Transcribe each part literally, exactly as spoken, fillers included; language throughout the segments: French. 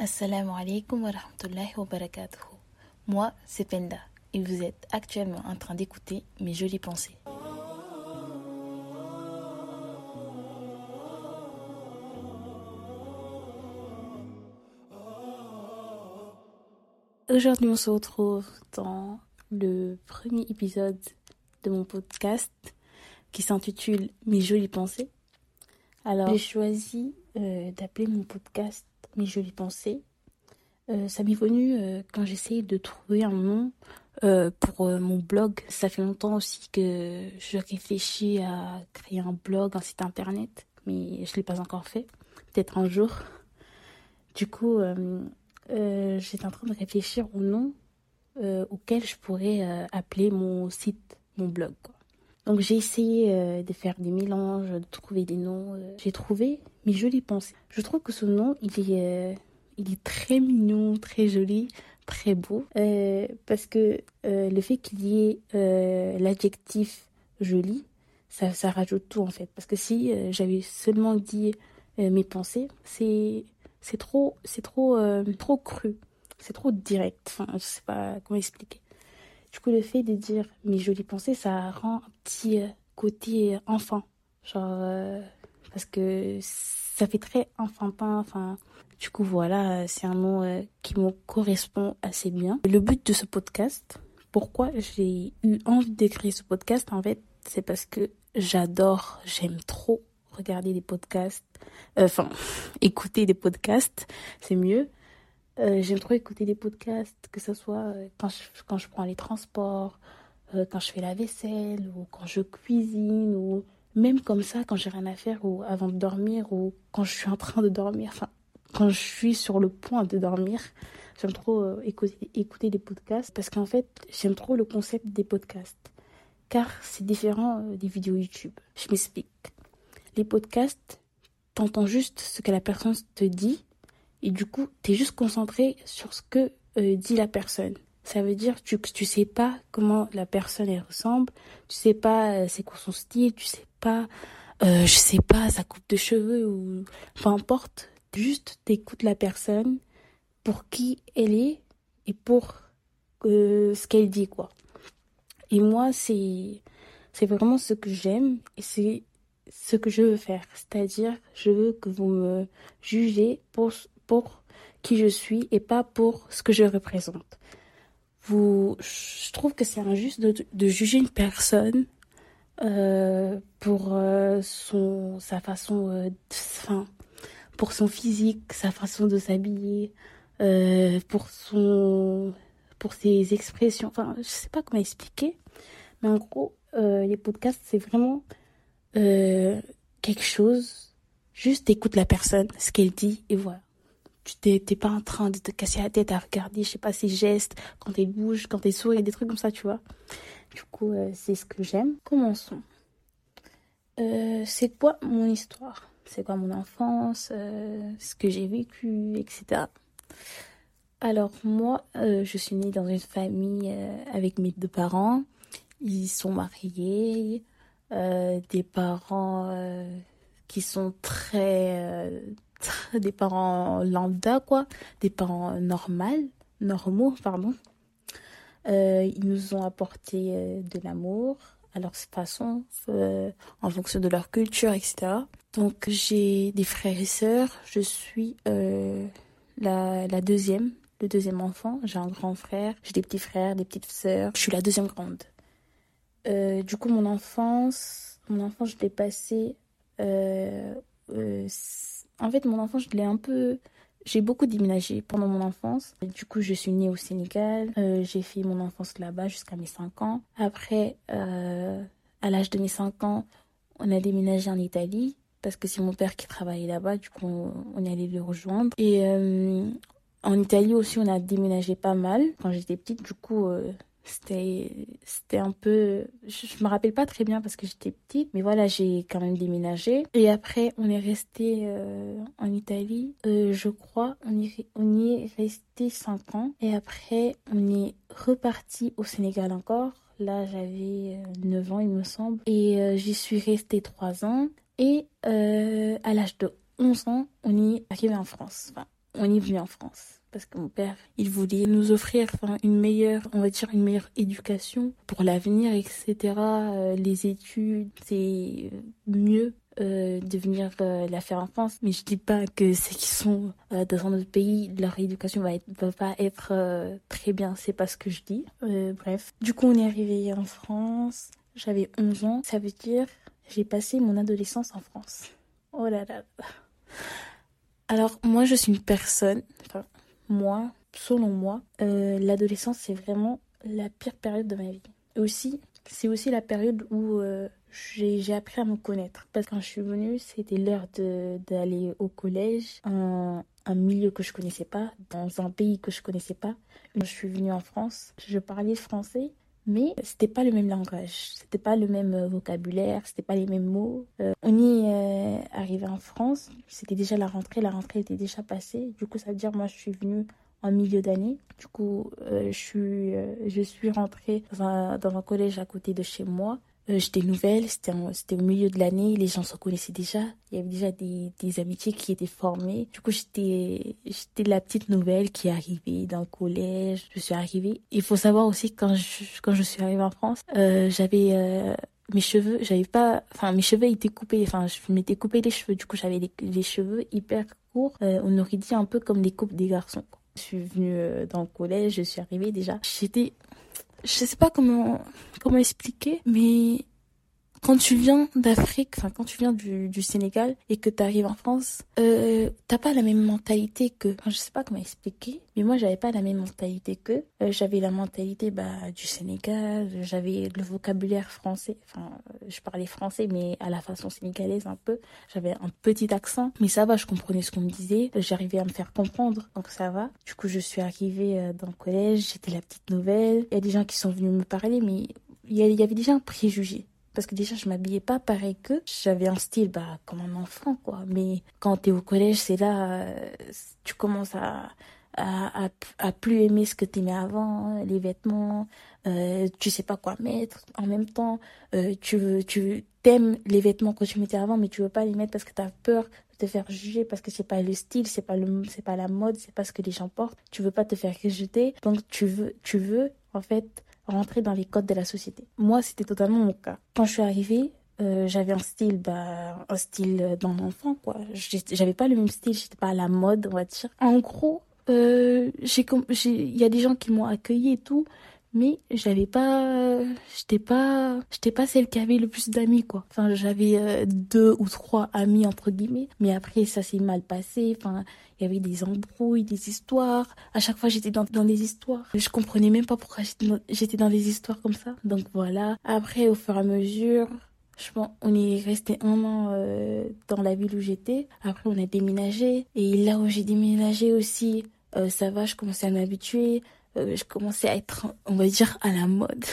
Assalamu alaikum wa rahmatullahi wa barakatuhu. Moi, c'est Penda et vous êtes actuellement en train d'écouter mes jolies pensées. Aujourd'hui, on se retrouve dans le premier épisode de mon podcast qui s'intitule Mes jolies pensées. Alors, j'ai choisi euh, d'appeler mon podcast Mes jolies pensées. Euh, ça m'est venu euh, quand j'essayais de trouver un nom euh, pour euh, mon blog. Ça fait longtemps aussi que je réfléchis à créer un blog, un site internet, mais je ne l'ai pas encore fait. Peut-être un jour. Du coup, euh, euh, j'étais en train de réfléchir au nom euh, auquel je pourrais euh, appeler mon site, mon blog, quoi. Donc j'ai essayé euh, de faire des mélanges, de trouver des noms. Euh, j'ai trouvé Mes jolies pensées. Je trouve que ce nom, il est, euh, il est très mignon, très joli, très beau. Euh, parce que euh, le fait qu'il y ait euh, l'adjectif joli, ça, ça rajoute tout en fait. Parce que si euh, j'avais seulement dit euh, mes pensées, c'est, c'est trop, c'est trop, euh, trop cru. C'est trop direct. Enfin, je sais pas comment expliquer. Du coup, le fait de dire mes jolies pensées, ça rend un petit euh, côté euh, enfant. Genre, euh, parce que ça fait très enfantin. Enfin, du coup, voilà, euh, c'est un nom euh, qui me correspond assez bien. Le but de ce podcast, pourquoi j'ai eu envie de créer ce podcast, en fait, c'est parce que j'adore, j'aime trop regarder des podcasts. Enfin, euh, écouter des podcasts, c'est mieux. Euh, j'aime trop écouter des podcasts, que ce soit euh, quand, je, quand je prends les transports, euh, quand je fais la vaisselle, ou quand je cuisine, ou même comme ça, quand j'ai rien à faire, ou avant de dormir, ou quand je suis en train de dormir, enfin, quand je suis sur le point de dormir. J'aime trop euh, écouter, écouter des podcasts, parce qu'en fait, j'aime trop le concept des podcasts, car c'est différent euh, des vidéos YouTube. Je m'explique. Les podcasts, t'entends juste ce que la personne te dit, et du coup, t'es juste concentré sur ce que euh, dit la personne. Ça veut dire que tu, tu sais pas comment la personne elle ressemble, tu sais pas euh, c'est quoi son style, tu sais pas, euh, je sais pas, sa coupe de cheveux ou peu importe. Juste t'écoutes la personne pour qui elle est et pour euh, ce qu'elle dit, quoi. Et moi, c'est, c'est vraiment ce que j'aime et c'est ce que je veux faire. C'est-à-dire, je veux que vous me jugez pour, pour qui je suis et pas pour ce que je représente. Vous, je trouve que c'est injuste de, de juger une personne euh, pour euh, son, sa façon, euh, enfin, pour son physique, sa façon de s'habiller, euh, pour son, pour ses expressions. Enfin, je sais pas comment expliquer, mais en gros, euh, les podcasts, c'est vraiment euh, quelque chose. Juste écoute la personne, ce qu'elle dit, et voilà. Tu t'es, t'es pas en train de te casser la tête à regarder, je sais pas, ses gestes, quand elle bouge, quand elle sourit, des trucs comme ça, tu vois. Du coup, euh, c'est ce que j'aime. Commençons. Euh, c'est quoi mon histoire? C'est quoi mon enfance? euh, Ce que j'ai vécu, et cetera. Alors, moi, euh, je suis née dans une famille euh, avec mes deux parents. Ils sont mariés. Euh, des parents euh, qui sont très... euh, des parents lambda, quoi, des parents normaux, normaux, pardon. Euh, ils nous ont apporté euh, de l'amour à leur façon, euh, en fonction de leur culture, et cetera. Donc j'ai des frères et sœurs. Je suis euh, la, la deuxième, le deuxième enfant. J'ai un grand frère, j'ai des petits frères, des petites sœurs. Je suis la deuxième grande. Euh, du coup, mon enfance, mon enfance, je l'ai passée. Euh, euh, en fait, mon enfance, je l'ai un peu. J'ai beaucoup déménagé pendant mon enfance. Du coup, je suis née au Sénégal. Euh, j'ai fait mon enfance là-bas jusqu'à mes cinq ans. Après, euh, à l'âge de mes cinq ans, on a déménagé en Italie parce que c'est mon père qui travaillait là-bas. Du coup, on, on est allé le rejoindre. Et euh, en Italie aussi, on a déménagé pas mal quand j'étais petite. Du coup, euh, c'était, c'était un peu... Je, je me rappelle pas très bien parce que j'étais petite. Mais voilà, j'ai quand même déménagé. Et après, on est resté euh, en Italie. Euh, je crois, on y, on y est resté cinq ans. Et après, on est reparti au Sénégal encore. Là, j'avais neuf ans, il me semble. Et euh, j'y suis restée trois ans. Et euh, à l'âge de onze ans, on y est arrivé en France. Enfin, on est venu en France. Parce que mon père, il voulait nous offrir enfin, une meilleure, on va dire, une meilleure éducation pour l'avenir, et cetera. Euh, les études, c'est mieux euh, de venir euh, la faire en France. Mais je dis pas que ceux qui sont euh, dans un autre pays, leur éducation va, être, va pas être euh, très bien. C'est pas ce que je dis. Euh, bref. Du coup, on est arrivé en France. J'avais onze ans. Ça veut dire j'ai passé mon adolescence en France. Oh là là. Alors, moi, je suis une personne... Enfin, moi, selon moi, euh, l'adolescence, c'est vraiment la pire période de ma vie. Et aussi, c'est aussi la période où euh, j'ai, j'ai appris à me connaître. Parce que quand je suis venue, c'était l'heure de, d'aller au collège, un, un milieu que je connaissais pas, dans un pays que je connaissais pas. Quand je suis venue en France, je parlais français, mais c'était pas le même langage, c'était pas le même vocabulaire, c'était pas les mêmes mots. Euh, on y est euh, arrivé en France, c'était déjà la rentrée, la rentrée était déjà passée. Du coup, ça veut dire moi je suis venue en milieu d'année. Du coup, euh, je suis euh, je suis rentrée dans un, dans un collège à côté de chez moi. Euh, j'étais nouvelle, c'était, en, c'était au milieu de l'année, les gens se connaissaient déjà, il y avait déjà des, des amitiés qui étaient formées. Du coup, j'étais, j'étais la petite nouvelle qui est arrivée dans le collège, je suis arrivée. Il faut savoir aussi que quand je, quand je suis arrivée en France, euh, j'avais... Euh, mes cheveux, j'avais pas... Enfin, mes cheveux étaient coupés, enfin, je m'étais coupé les cheveux, du coup, j'avais les, les cheveux hyper courts, euh, on aurait dit un peu comme les coupes des garçons. Je suis venue euh, dans le collège, je suis arrivée déjà, j'étais... Je sais pas comment, comment expliquer, mais quand tu viens d'Afrique, enfin quand tu viens du, du Sénégal et que tu arrives en France, euh, t'as pas la même mentalité que... Enfin, je sais pas comment expliquer, mais moi j'avais pas la même mentalité que. Euh, j'avais la mentalité bah, du Sénégal, j'avais le vocabulaire français, enfin je parlais français mais à la façon sénégalaise un peu. J'avais un petit accent, mais ça va, je comprenais ce qu'on me disait, j'arrivais à me faire comprendre, donc ça va. Du coup je suis arrivée euh, dans le collège, j'étais la petite nouvelle, il y a des gens qui sont venus me parler, mais il y, a, il y avait déjà un préjugé. Parce que déjà, je m'habillais pas pareil qu'eux. J'avais un style, bah, comme un enfant, quoi. Mais quand t'es au collège, c'est là, euh, tu commences à, à, à, à plus aimer ce que t'aimais avant, hein, les vêtements, euh, tu sais pas quoi mettre. En même temps, euh, tu veux, tu t'aimes les vêtements que tu mettais avant, mais tu veux pas les mettre parce que t'as peur de te faire juger, parce que c'est pas le style, c'est pas le, c'est pas la mode, c'est pas ce que les gens portent. Tu veux pas te faire rejeter. Donc, tu veux, tu veux, en fait, rentrer dans les codes de la société. Moi, c'était totalement mon cas. Quand je suis arrivée, euh, j'avais un style, bah, un style d'un enfant, quoi. J'avais pas le même style, j'étais pas à la mode, on va dire. En gros, euh, j'ai, j'ai, il y a des gens qui m'ont accueilli et tout, mais j'avais pas, j'étais pas, j'étais pas celle qui avait le plus d'amis, quoi. Enfin, j'avais euh, deux ou trois amis, entre guillemets, mais après, ça s'est mal passé, enfin, il y avait des embrouilles, des histoires. À chaque fois, j'étais dans, dans les histoires. Je comprenais même pas pourquoi j'étais dans, j'étais dans les histoires comme ça. Donc voilà. Après, au fur et à mesure, je pense, on est resté un an euh, dans la ville où j'étais. Après, on a déménagé. Et là où j'ai déménagé aussi, euh, ça va, je commençais à m'habituer. Euh, je commençais à être, on va dire, à la mode.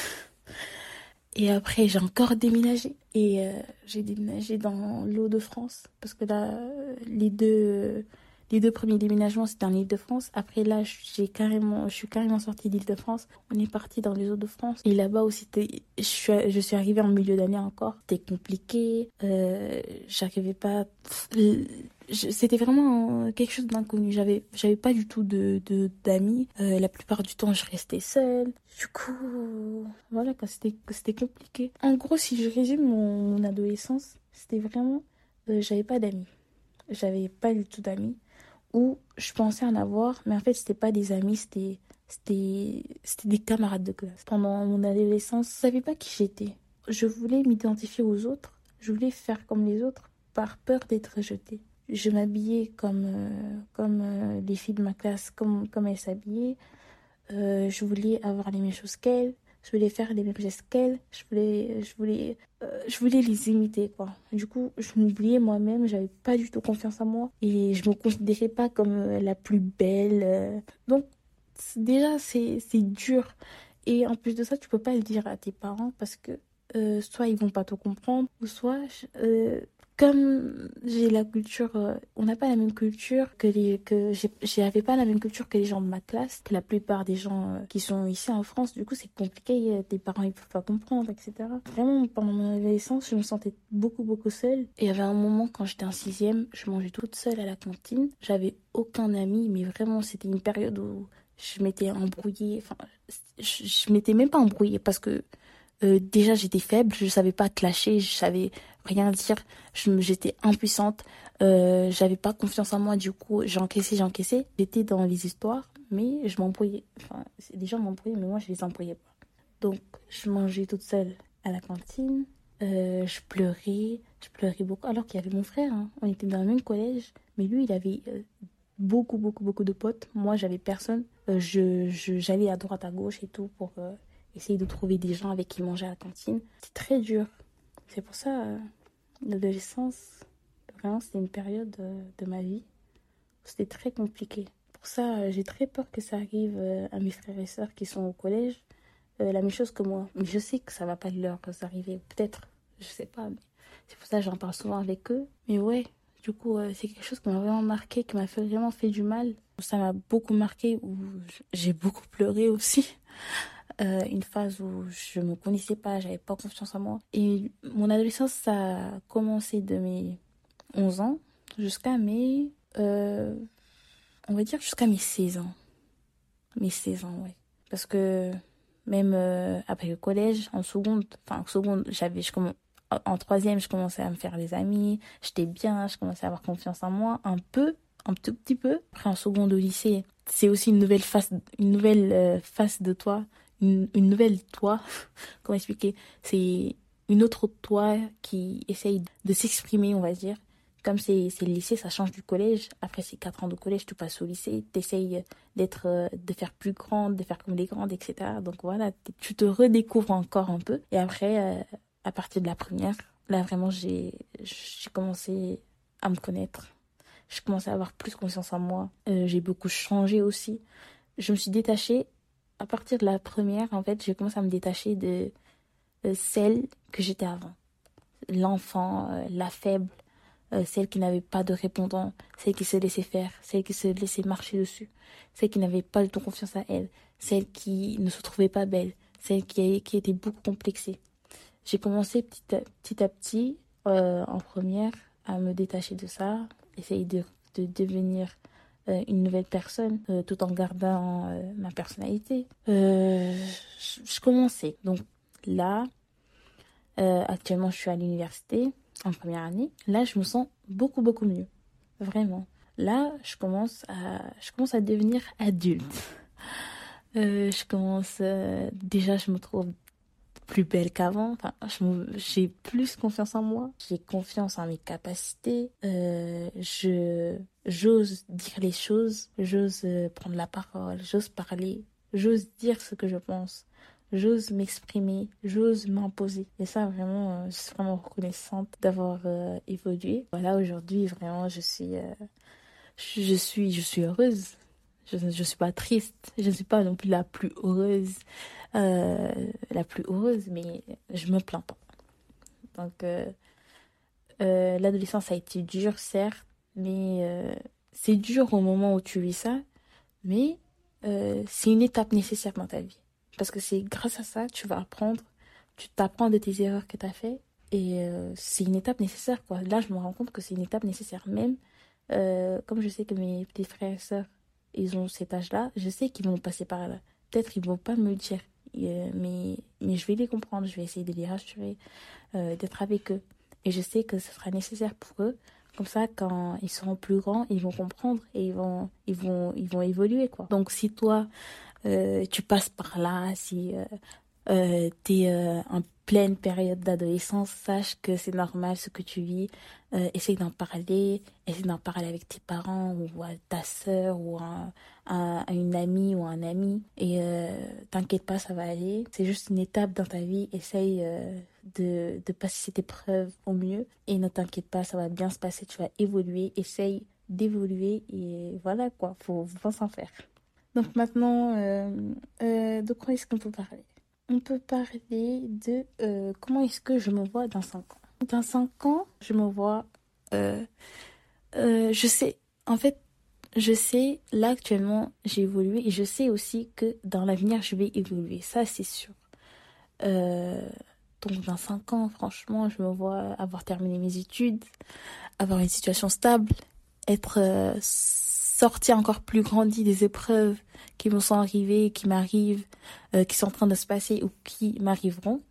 Et après, j'ai encore déménagé. Et euh, j'ai déménagé dans l'Hauts-de-France. Parce que là, les deux... Les deux premiers déménagements, c'était en Île-de-France. Après, là, j'ai carrément, je suis carrément sortie d'Île-de-France. On est parti dans les Hauts-de-France. Et là-bas aussi, je suis, je suis arrivée en milieu d'année encore. C'était compliqué. Euh, j'arrivais pas... C'était vraiment quelque chose d'inconnu. J'avais, j'avais pas du tout de, de, d'amis. Euh, la plupart du temps, je restais seule. Du coup, voilà, quoi, c'était, c'était compliqué. En gros, si je résume mon, mon adolescence, c'était vraiment... Euh, j'avais pas d'amis. J'avais pas du tout d'amis. Où je pensais en avoir, mais en fait, c'était pas des amis, c'était, c'était, c'était des camarades de classe. Pendant mon adolescence, je savais pas qui j'étais. Je voulais m'identifier aux autres, je voulais faire comme les autres, par peur d'être rejetée. Je m'habillais comme, euh, comme euh, les filles de ma classe, comme, comme elles s'habillaient. Euh, je voulais avoir les mêmes choses qu'elles. Je voulais faire les mêmes gestes qu'elles. Je voulais, je voulais, euh, je voulais les imiter, quoi. Du coup, je m'oubliais moi-même. J'avais pas du tout confiance en moi. Et je me considérais pas comme euh, la plus belle. euh. Donc, c'est- déjà, c'est, c'est dur. Et en plus de ça, tu peux pas le dire à tes parents parce que euh, soit ils vont pas te comprendre, ou soit euh, comme j'ai la culture, euh, on n'a pas la même culture que les, que j'ai, j'avais pas la même culture que les gens de ma classe, que la plupart des gens euh, qui sont ici en France. Du coup, c'est compliqué. euh, Tes parents, ils peuvent pas comprendre, et cetera. Vraiment, pendant mon adolescence, je me sentais beaucoup, beaucoup seule. Et il y avait un moment quand j'étais en sixième, je mangeais toute seule à la cantine. J'avais aucun ami, mais vraiment, c'était une période où je m'étais embrouillée. Enfin, je, je m'étais même pas embrouillée parce que euh, déjà j'étais faible, je savais pas clasher, je savais rien dire, je, me- j'étais impuissante, euh, j'avais pas confiance en moi, du coup j'encaissais, j'encaissais. J'étais dans les histoires, mais je m'embrouillais. Enfin, c'est- les gens m'embrouillaient, mais moi je les embrouillais pas. Donc je mangeais toute seule à la cantine, euh, je pleurais, je pleurais beaucoup, alors qu'il y avait mon frère, hein. On était dans le même collège, mais lui il avait euh, beaucoup, beaucoup, beaucoup de potes. Moi j'avais personne. Euh, je, je, j'allais à droite, à gauche et tout pour euh, essayer de trouver des gens avec qui manger à la cantine. C'est très dur. C'est pour ça, euh, l'adolescence, vraiment, c'était une période euh, de ma vie où c'était très compliqué. Pour ça, euh, j'ai très peur que ça arrive euh, à mes frères et sœurs qui sont au collège, euh, la même chose que moi. Mais je sais que ça va pas leur arriver. Peut-être, je sais pas. Mais c'est pour ça que j'en parle souvent avec eux. Mais ouais, du coup, euh, c'est quelque chose qui m'a vraiment marqué, qui m'a fait, vraiment fait du mal. Ça m'a beaucoup marqué, où j'ai beaucoup pleuré aussi. Euh, une phase où je me connaissais pas, j'avais pas confiance en moi. Et mon adolescence, ça a commencé de mes onze ans jusqu'à mes, euh, on va dire jusqu'à mes seize ans. Mes seize ans, ouais. Parce que même euh, après le collège, en seconde, enfin en seconde, j'avais, je comm- en en troisième, je commençais à me faire des amis, j'étais bien, je commençais à avoir confiance en moi, un peu, un tout petit peu. Après en seconde au lycée, c'est aussi une nouvelle face, une nouvelle euh, face de toi, une, une nouvelle toi. Comment expliquer? C'est une autre toi qui essaye de s'exprimer, on va dire. Comme c'est c'est le lycée, ça change du collège. Après ces quatre ans de collège, tu passes au lycée, t'essayes d'être, euh, de faire plus grande, de faire comme les grandes, et cetera. Donc voilà, t- tu te redécouvres encore un peu. Et après, euh, à partir de la première, là vraiment, j'ai j'ai commencé à me connaître. J'ai commencé à avoir plus confiance en moi. Euh, j'ai beaucoup changé aussi. Je me suis détachée. À partir de la première, en fait, j'ai commencé à me détacher de, de celle que j'étais avant. L'enfant, euh, la faible, euh, celle qui n'avait pas de répondant, celle qui se laissait faire, celle qui se laissait marcher dessus, celle qui n'avait pas du tout confiance à elle, celle qui ne se trouvait pas belle, celle qui, qui était beaucoup complexée. J'ai commencé petit à petit, à petit euh, en première, à me détacher de ça, essayer de, de devenir euh, une nouvelle personne, euh, tout en gardant euh, ma personnalité. Euh, je, je commençais. Donc là, euh, actuellement, je suis à l'université en première année. Là, je me sens beaucoup, beaucoup mieux. Vraiment. Là, je commence à, je commence à devenir adulte. Euh, je commence... euh, déjà, je me trouve plus belle qu'avant. Enfin, je me- j'ai plus confiance en moi. J'ai confiance en mes capacités. Euh, je, j'ose dire les choses. J'ose euh, prendre la parole. J'ose parler. J'ose dire ce que je pense. J'ose m'exprimer. J'ose m'imposer. Et ça, vraiment, euh, je suis vraiment reconnaissante d'avoir euh, évolué. Voilà, aujourd'hui, vraiment, je suis, euh, je, je suis, je suis heureuse. Je ne suis pas triste. Je ne suis pas non plus la plus heureuse euh, la plus heureuse, mais je me plains pas. Donc, euh, euh, l'adolescence a été dure, certes, mais euh, c'est dur au moment où tu vis ça, mais euh, c'est une étape nécessaire dans ta vie. Parce que c'est grâce à ça, tu vas apprendre, tu t'apprends de tes erreurs que tu as fait, et euh, c'est une étape nécessaire, quoi. Là, je me rends compte que c'est une étape nécessaire. Même, euh, comme je sais que mes petits frères et sœurs, ils ont cet âge-là, je sais qu'ils vont passer par là. Peut-être ils vont pas me le dire, euh, mais, mais je vais les comprendre, je vais essayer de les rassurer, euh, d'être avec eux. Et je sais que ce sera nécessaire pour eux. Comme ça, quand ils seront plus grands, ils vont comprendre et ils vont, ils vont, ils vont évoluer, quoi. Donc, si toi, euh, tu passes par là, si euh, euh, t'es euh, en pleine période d'adolescence, sache que c'est normal ce que tu vis. Euh, essaye d'en parler, essaye d'en parler avec tes parents ou à ta sœur ou à, à- à une amie ou un ami. Et euh, t'inquiète pas, ça va aller. C'est juste une étape dans ta vie. Essaye euh, de, de passer cette épreuve au mieux. Et ne t'inquiète pas, ça va bien se passer. Tu vas évoluer. Essaye d'évoluer et voilà quoi, faut, faut pas s'en faire. Donc maintenant, euh, euh, de quoi est-ce qu'on peut parler? On peut parler de euh, comment est-ce que je me vois dans cinq ans. Dans cinq ans, je me vois Euh, euh, je sais, en fait, je sais, là actuellement, j'ai évolué et je sais aussi que dans l'avenir, je vais évoluer. Ça, c'est sûr. Euh, donc, dans cinq ans, franchement, je me vois avoir terminé mes études, avoir une situation stable, être euh, sortie encore plus grandie des épreuves qui me sont arrivées, qui m'arrivent, euh, qui sont en train de se passer ou qui m'arriveront.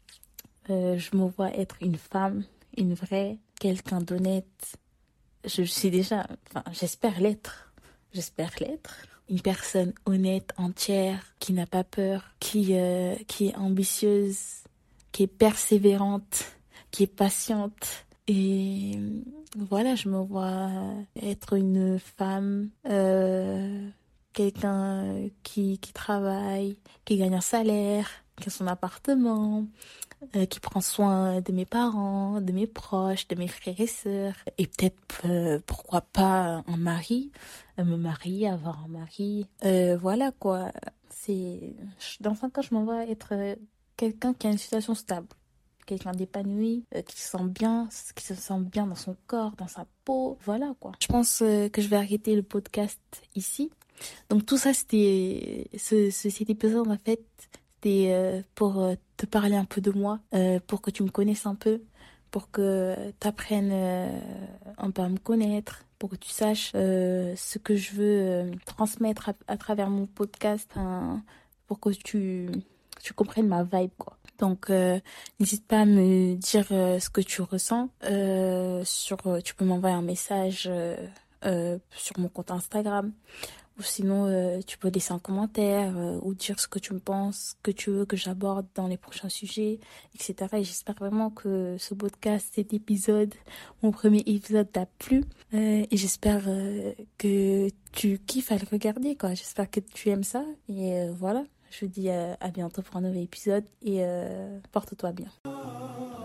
Euh, je me vois être une femme, une vraie, quelqu'un d'honnête. Je sais déjà, enfin, j'espère l'être. J'espère l'être. Une personne honnête, entière, qui n'a pas peur, qui, euh, qui est ambitieuse, qui est persévérante, qui est patiente. Et voilà, je me vois être une femme, euh, quelqu'un qui, qui travaille, qui gagne un salaire, qui a son appartement, euh, qui prend soin de mes parents, de mes proches, de mes frères et sœurs. Et peut-être, euh, pourquoi pas, un mari, euh, me marier, avoir un mari. Euh, voilà quoi. C'est... Dans cinq ans, je m'en vais être euh, quelqu'un qui a une situation stable. Quelqu'un d'épanoui, euh, qui se sent bien, qui se sent bien dans son corps, dans sa peau. Voilà quoi. Je pense euh, que je vais arrêter le podcast ici. Donc tout ça, c'était... Ce, ce, cet épisode, en fait, c'était euh, pour euh, te parler un peu de moi, euh, pour que tu me connaisses un peu, pour que tu apprennes euh, un peu à me connaître, pour que tu saches euh, ce que je veux euh, transmettre à, à travers mon podcast, hein, pour que tu, tu comprennes ma vibe, quoi. Donc, euh, n'hésite pas à me dire euh, ce que tu ressens. Euh, sur, euh, tu peux m'envoyer un message euh, euh, sur mon compte Instagram. Ou sinon, euh, tu peux laisser un commentaire euh, ou dire ce que tu me penses, que tu veux que j'aborde dans les prochains sujets, et cetera. Et j'espère vraiment que ce podcast, cet épisode, mon premier épisode t'a plu. Euh, et j'espère euh, que tu kiffes à le regarder, quoi. J'espère que tu aimes ça. Et euh, voilà, je vous dis euh, à bientôt pour un nouvel épisode et euh, porte-toi bien.